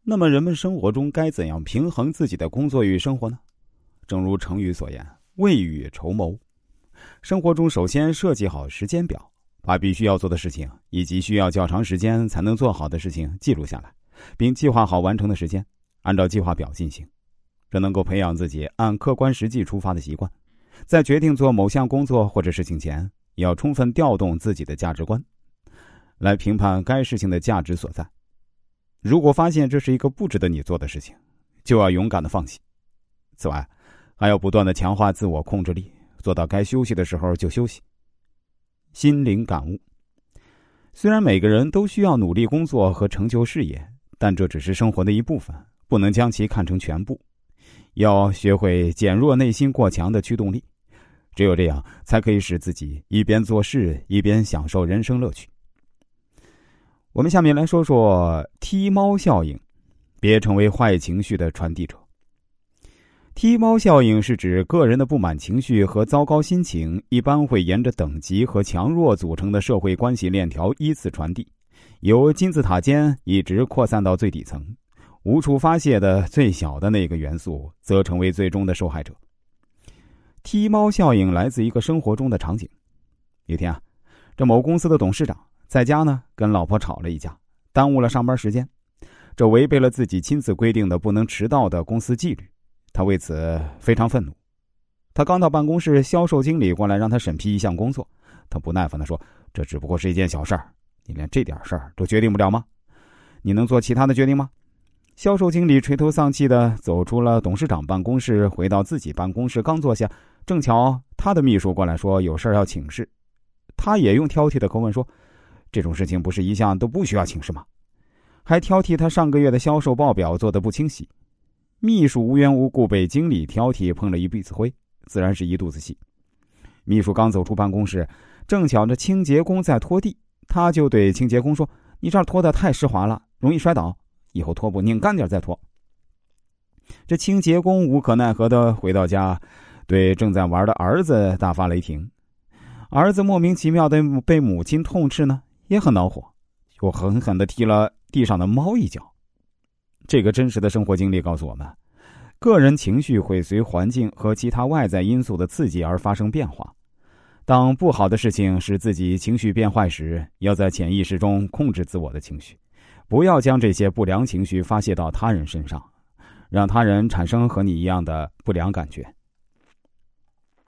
那么人们生活中该怎样平衡自己的工作与生活呢？正如成语所言，未雨绸缪。生活中首先设计好时间表，把必须要做的事情以及需要较长时间才能做好的事情记录下来，并计划好完成的时间，按照计划表进行。这能够培养自己按客观实际出发的习惯。在决定做某项工作或者事情前，也要充分调动自己的价值观，来评判该事情的价值所在。如果发现这是一个不值得你做的事情，就要勇敢的放弃。此外，还要不断的强化自我控制力，做到该休息的时候就休息。心灵感悟：虽然每个人都需要努力工作和成就事业，但这只是生活的一部分，不能将其看成全部。要学会减弱内心过强的驱动力，只有这样才可以使自己一边做事一边享受人生乐趣。我们下面来说说踢猫效应，别成为坏情绪的传递者。踢猫效应是指个人的不满情绪和糟糕心情一般会沿着等级和强弱组成的社会关系链条依次传递，由金字塔尖一直扩散到最底层，无处发泄的最小的那个元素则成为最终的受害者。踢猫效应来自一个生活中的场景。有天这某公司的董事长在家跟老婆吵了一架，耽误了上班时间，这违背了自己亲自规定的不能迟到的公司纪律，他为此非常愤怒。他刚到办公室，销售经理过来让他审批一项工作，他不耐烦地说：“这只不过是一件小事儿，你连这点事儿都决定不了吗？你能做其他的决定吗？”销售经理垂头丧气地走出了董事长办公室，回到自己办公室，刚坐下，正巧他的秘书过来说有事要请示。他也用挑剔的口吻说：“这种事情不是一向都不需要请示吗？”还挑剔他上个月的销售报表做得不清晰。秘书无缘无故被经理挑剔，碰了一鼻子灰，自然是一肚子气。秘书刚走出办公室，正巧这清洁工在拖地，他就对清洁工说：“你这儿拖得太湿滑了，容易摔倒，以后拖布拧干点再拖。”这清洁工无可奈何的回到家，对正在玩的儿子大发雷霆。儿子莫名其妙的被母亲痛斥也很恼火，又狠狠的踢了地上的猫一脚。这个真实的生活经历告诉我们，个人情绪会随环境和其他外在因素的刺激而发生变化。当不好的事情使自己情绪变坏时，要在潜意识中控制自我的情绪，不要将这些不良情绪发泄到他人身上，让他人产生和你一样的不良感觉。